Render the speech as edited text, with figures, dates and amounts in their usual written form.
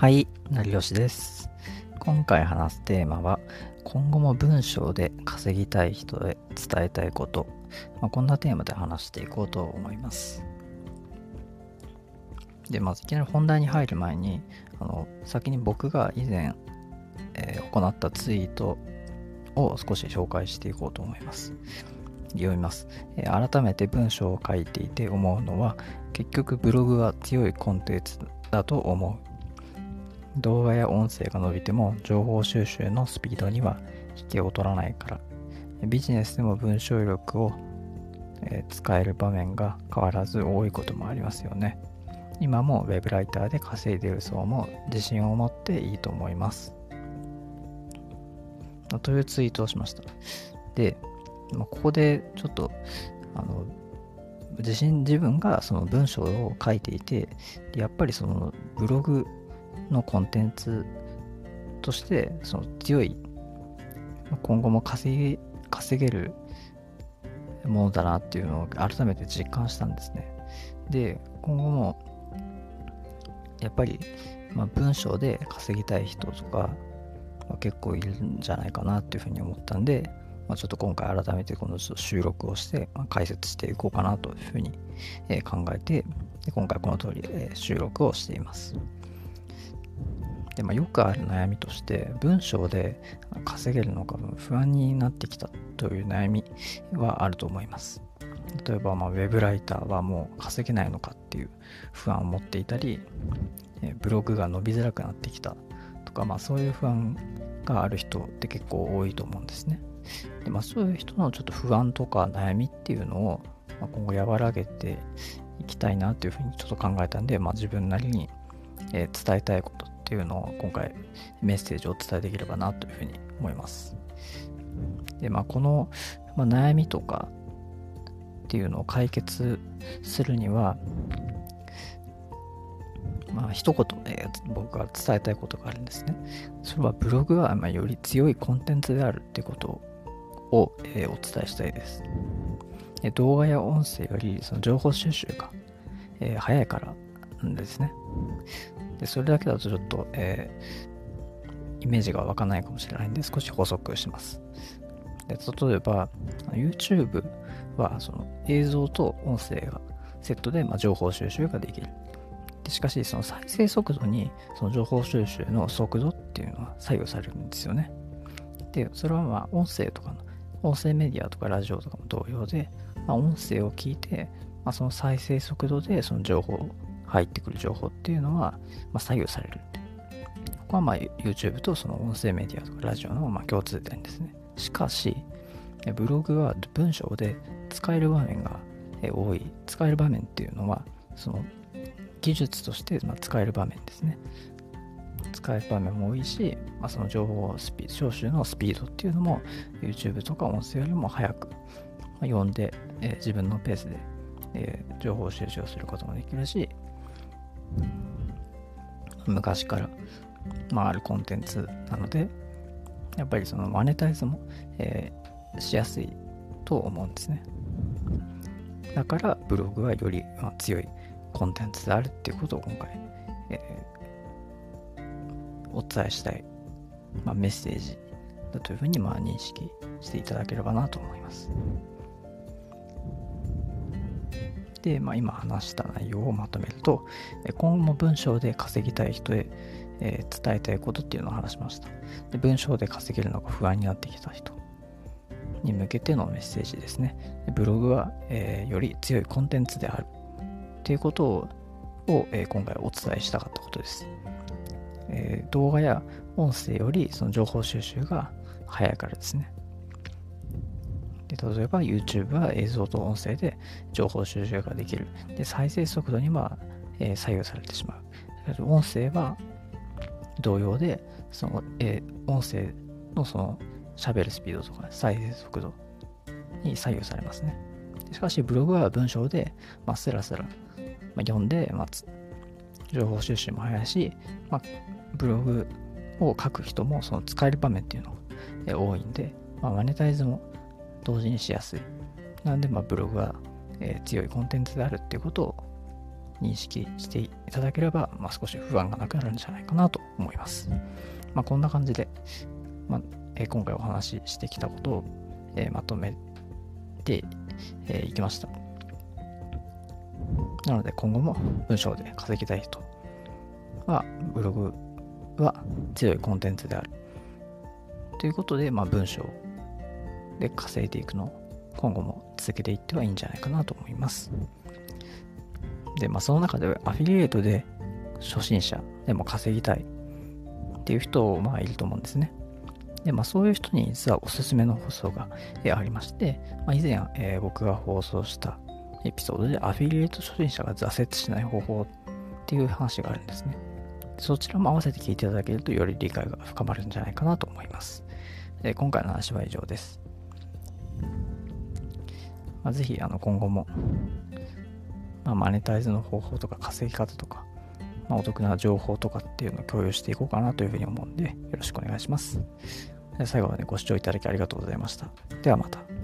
はい、成吉です。今回話すテーマは、今後も文章で稼ぎたい人へ伝えたいこと、こんなテーマで話していこうと思います。で、まずいきなり本題に入る前に、先に僕が以前、行ったツイートを少し紹介していこうと思います。読みます。改めて文章を書いていて思うのは、結局ブログは強いコンテンツだと思う。動画や音声が伸びても情報収集のスピードには引けを取らないから。ビジネスでも文章力を使える場面が変わらず多いこともありますよね。今もウェブライターで稼いでいる層も自信を持っていいと思います。というツイートをしました。で、ここでちょっと自分がその文章を書いていて、やっぱりそのブログのコンテンツとしてその強い今後も稼げるものだなっていうのを改めて実感したんですね。で、今後もやっぱり、文章で稼ぎたい人とか、結構いるんじゃないかなっていうふうに思ったんで、ちょっと今回改めてこの収録をして、解説していこうかなというふうに考えて、で今回この通り収録をしています。で、よくある悩みとして文章で稼げるのか不安になってきたという悩みはあると思います。例えば、ウェブライターはもう稼げないのかっていう不安を持っていたり、ブログが伸びづらくなってきたとか、そういう不安がある人って結構多いと思うんですね。で、そういう人のちょっと不安とか悩みっていうのを今後和らげていきたいなというふうにちょっと考えたんで、自分なりに伝えたいことっていうのを今回メッセージをお伝えできればなというふうに思います。で、この、悩みとかっていうのを解決するには、一言、僕が伝えたいことがあるんですね。それはブログはより強いコンテンツであるっていうことをお伝えしたいです。動画や音声よりその情報収集が早いからなんですね。で、それだけだとちょっと、イメージが湧かないかもしれないんで少し補足します。で、例えば YouTube はその映像と音声がセットで情報収集ができる。でしかしその再生速度にその情報収集の速度っていうのは左右されるんですよね。で、それは音声とかの音声メディアとかラジオとかも同様で、音声を聞いて、その再生速度でその情報入ってくる情報っていうのは、左右される。ここはYouTube とその音声メディアとかラジオの共通点ですね。しかし、ブログは文章で使える場面が多い。使える場面っていうのは、その技術として使える場面ですね。使える場面も多いし、その情報収集のスピードっていうのも YouTube とか音声よりも早く読んで、自分のペースで、情報収集をすることもできるし、昔から、あるコンテンツなので、やっぱりそのマネタイズも、しやすいと思うんですね。だからブログはより、強いコンテンツであるっていうことを今回、お伝えしたい、メッセージだというふうに認識していただければなと思います。で、今話した内容をまとめると、今後も文章で稼ぎたい人へ、伝えたいことっていうのを話しました。で、文章で稼げるのが不安になってきた人に向けてのメッセージですね。ブログは、より強いコンテンツであるっていうことを、今回お伝えしたかったことです。動画や音声よりその情報収集が早いからですね。で、例えば YouTube は映像と音声で情報収集ができる。で、再生速度には、左右されてしまう。音声は同様で、その、音声のその喋るスピードとか再生速度に左右されますね。しかしブログは文章で、スラスラ、読んで、情報収集も早いし、ブログを書く人もその使える場面っていうのが多いんで、マネタイズも同時にしやすい。なので、ブログは、強いコンテンツであるっていうことを認識していただければ、少し不安がなくなるんじゃないかなと思います。こんな感じで、今回お話ししてきたことを、まとめていきました。なので今後も文章で稼ぎたい人はブログは強いコンテンツであるということで、文章で稼いでいくのを今後も続けていってはいいんじゃないかなと思います。で、その中でアフィリエイトで初心者でも稼ぎたいっていう人いると思うんですね。で、そういう人に実はおすすめの放送がありまして、以前、僕が放送したエピソードでアフィリエイト初心者が挫折しない方法っていう話があるんですね。そちらも合わせて聞いていただけるとより理解が深まるんじゃないかなと思います。今回の話は以上です。ぜひ今後も、マネタイズの方法とか稼ぎ方とか、お得な情報とかっていうのを共有していこうかなというふうに思うんで、よろしくお願いします。最後までご視聴いただきありがとうございました。ではまた。